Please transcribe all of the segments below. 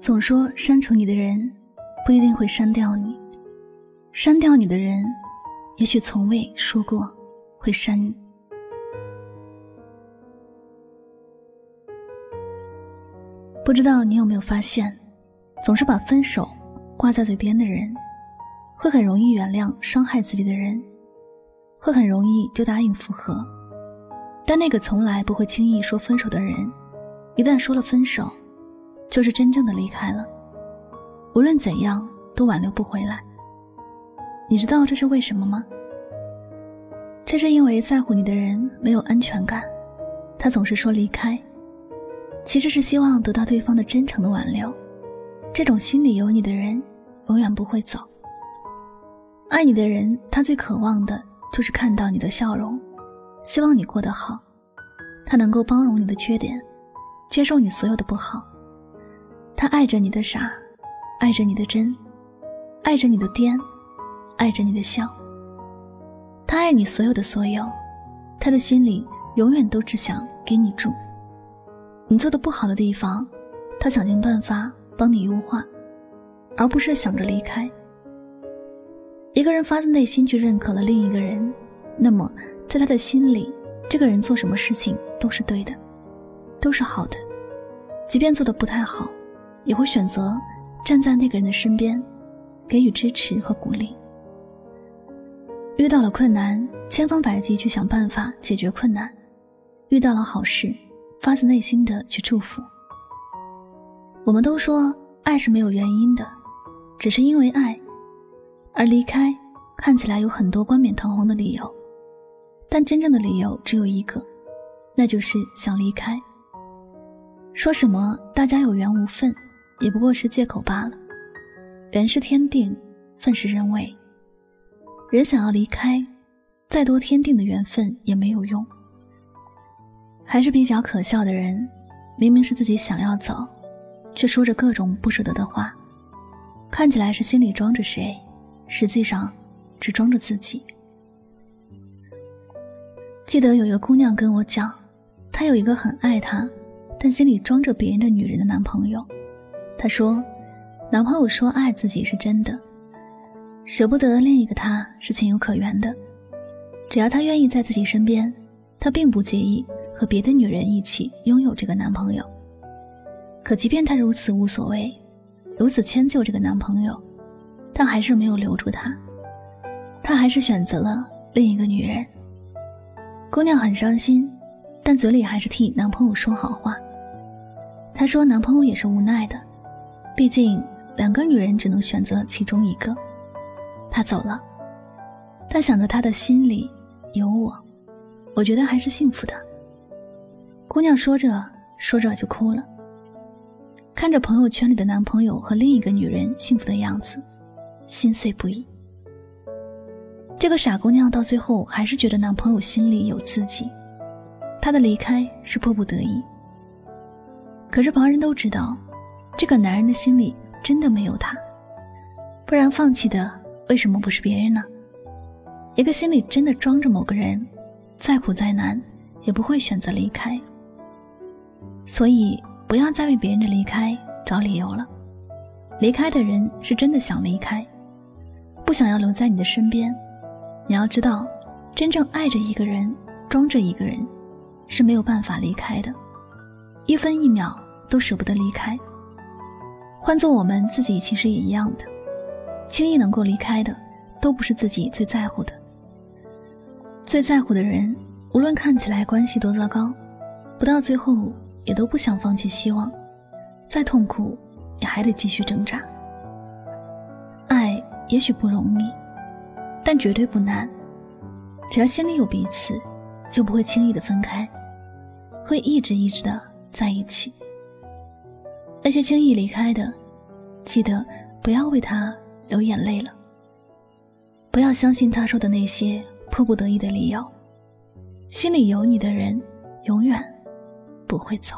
总说删除你的人不一定会删掉你，删掉你的人也许从未说过会删你。不知道你有没有发现，总是把分手挂在嘴边的人，会很容易原谅伤害自己的人，会很容易就答应复合。但那个从来不会轻易说分手的人，一旦说了分手，就是真正的离开了，无论怎样都挽留不回来。你知道这是为什么吗？这是因为在乎你的人没有安全感，他总是说离开，其实是希望得到对方的真诚的挽留。这种心里有你的人永远不会走。爱你的人，他最渴望的就是看到你的笑容，希望你过得好，他能够包容你的缺点，接受你所有的不好。他爱着你的傻，爱着你的真，爱着你的癫，爱着你的笑。他爱你所有的所有，他的心里永远都只想给你住。你做的不好的地方，他想尽办法帮你优化，而不是想着离开。一个人发自内心去认可了另一个人，那么在他的心里，这个人做什么事情都是对的，都是好的，即便做得不太好，也会选择站在那个人的身边，给予支持和鼓励。遇到了困难，千方百计去想办法解决困难；遇到了好事，发自内心的去祝福。我们都说爱是没有原因的，只是因为爱，而离开看起来有很多冠冕堂皇的理由，但真正的理由只有一个，那就是想离开。说什么大家有缘无分，也不过是借口罢了。缘是天定，分是人为。人想要离开，再多天定的缘分也没有用。还是比较可笑的人，明明是自己想要走，却说着各种不舍得的话，看起来是心里装着谁，实际上只装着自己。记得有一个姑娘跟我讲，她有一个很爱她，但心里装着别人的女人的男朋友。她说，男朋友说爱自己是真的，舍不得另一个他是情有可原的，只要他愿意在自己身边，他并不介意和别的女人一起拥有这个男朋友。可即便他如此无所谓，如此迁就这个男朋友，但还是没有留住他，他还是选择了另一个女人。姑娘很伤心，但嘴里还是替男朋友说好话。她说男朋友也是无奈的，毕竟两个女人只能选择其中一个。她走了，但想着她的心里有我觉得还是幸福的。姑娘说着说着就哭了，看着朋友圈里的男朋友和另一个女人幸福的样子，心碎不已。这个傻姑娘到最后还是觉得男朋友心里有自己，她的离开是迫不得已。可是旁人都知道，这个男人的心里真的没有她，不然放弃的为什么不是别人呢？一个心里真的装着某个人，再苦再难也不会选择离开。所以不要再为别人的离开找理由了，离开的人是真的想离开，不想要留在你的身边。你要知道，真正爱着一个人，装着一个人，是没有办法离开的，一分一秒都舍不得离开。换做我们自己其实也一样的，轻易能够离开的都不是自己最在乎的。最在乎的人，无论看起来关系多糟糕，不到最后也都不想放弃希望，再痛苦也还得继续挣扎。爱也许不容易，但绝对不难，只要心里有彼此，就不会轻易的分开，会一直一直的在一起。那些轻易离开的，记得不要为他流眼泪了，不要相信他说的那些迫不得已的理由，心里有你的人永远不会走。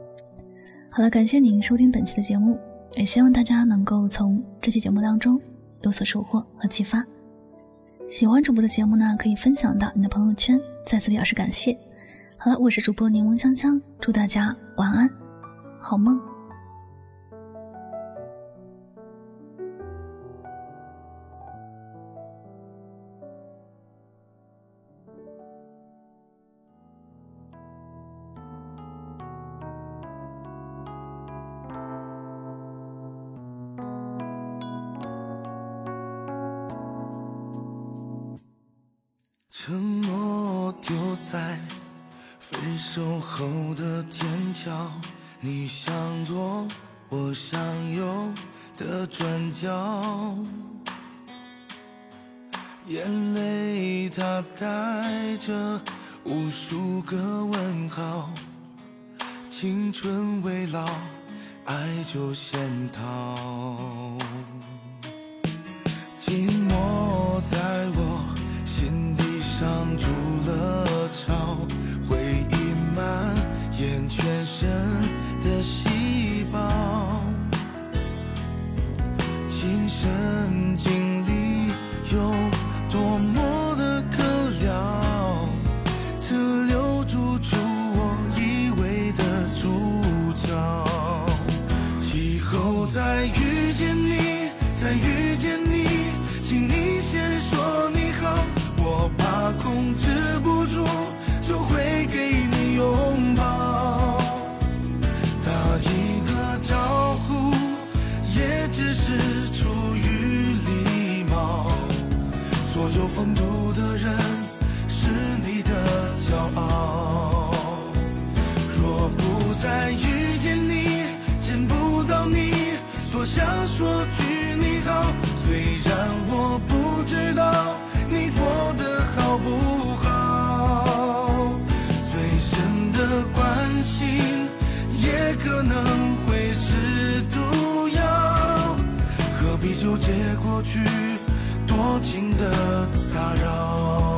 好了，感谢您收听本期的节目，也希望大家能够从这期节目当中有所收获和启发。喜欢主播的节目呢，可以分享到你的朋友圈，再次表示感谢。好了，我是主播柠檬香香，祝大家晚安，好梦。 承诺丢在分手后的天桥，你想做我想有的转角，眼泪它带着无数个问号，青春未老，爱就先逃，寂寞在我心底上筑了巢，回忆蔓延全身的细胞，亲身经历有多么的可了，这留住出我以为的主角，以后再遇见你，再遇见你，请你先说你好，我怕控制不住就会给你拥抱，打一个招呼也只是出于礼貌，所有风度的人是你的骄傲，若不再遇见你，见不到你，多想说句你好，虽然我不知道你过得好不好，最深的关心也可能会是毒药，何必纠结过去，多情的打扰。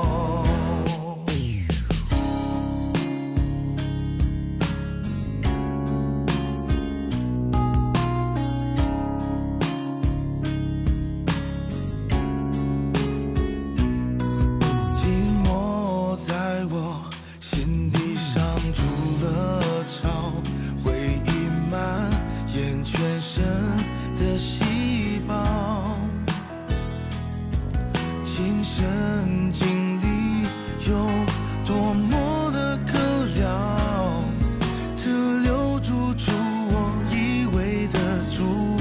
全身的细胞，亲身经历有多么的可了，这留住出我以为的主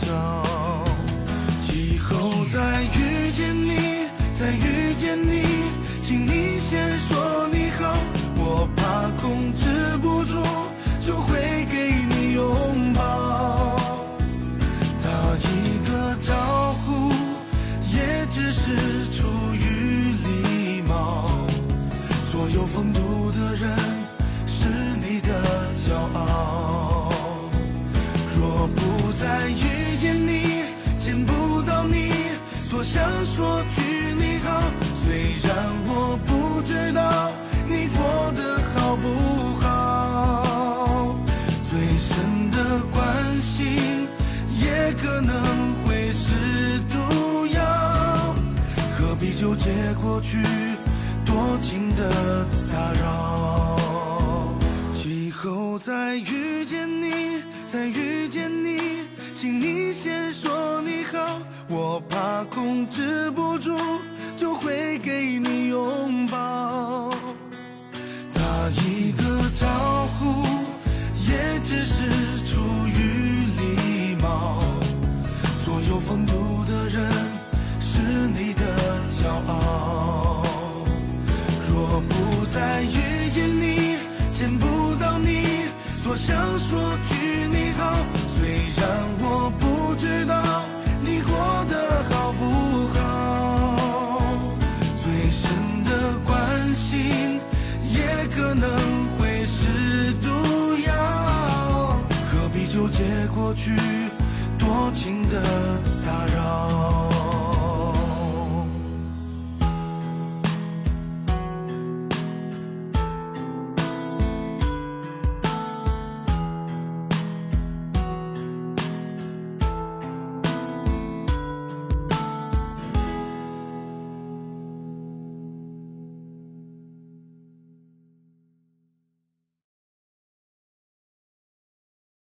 角，以后再遇见你，再遇见你，请你先说你好，我怕控制不住就会给你拥抱，打一个招呼也只是出于礼貌，所有风度的人是你的骄傲，若不再遇见你，见不到你，多想说句你好，虽然我不知道你过得好不好，最深的关心也可能会是毒药，何必纠结过去，多情的打扰，以后再遇见你，再遇见你，请你先说你好，我怕控制不住就会给你拥抱，打一个招呼也只是出于礼貌，所有风度的人是你的骄傲，若不再遇见你，见不到你，多想说句你好，虽然我不知道你过得好不好，最深的关心也可能会是毒药，何必纠结过去，多情的打扰。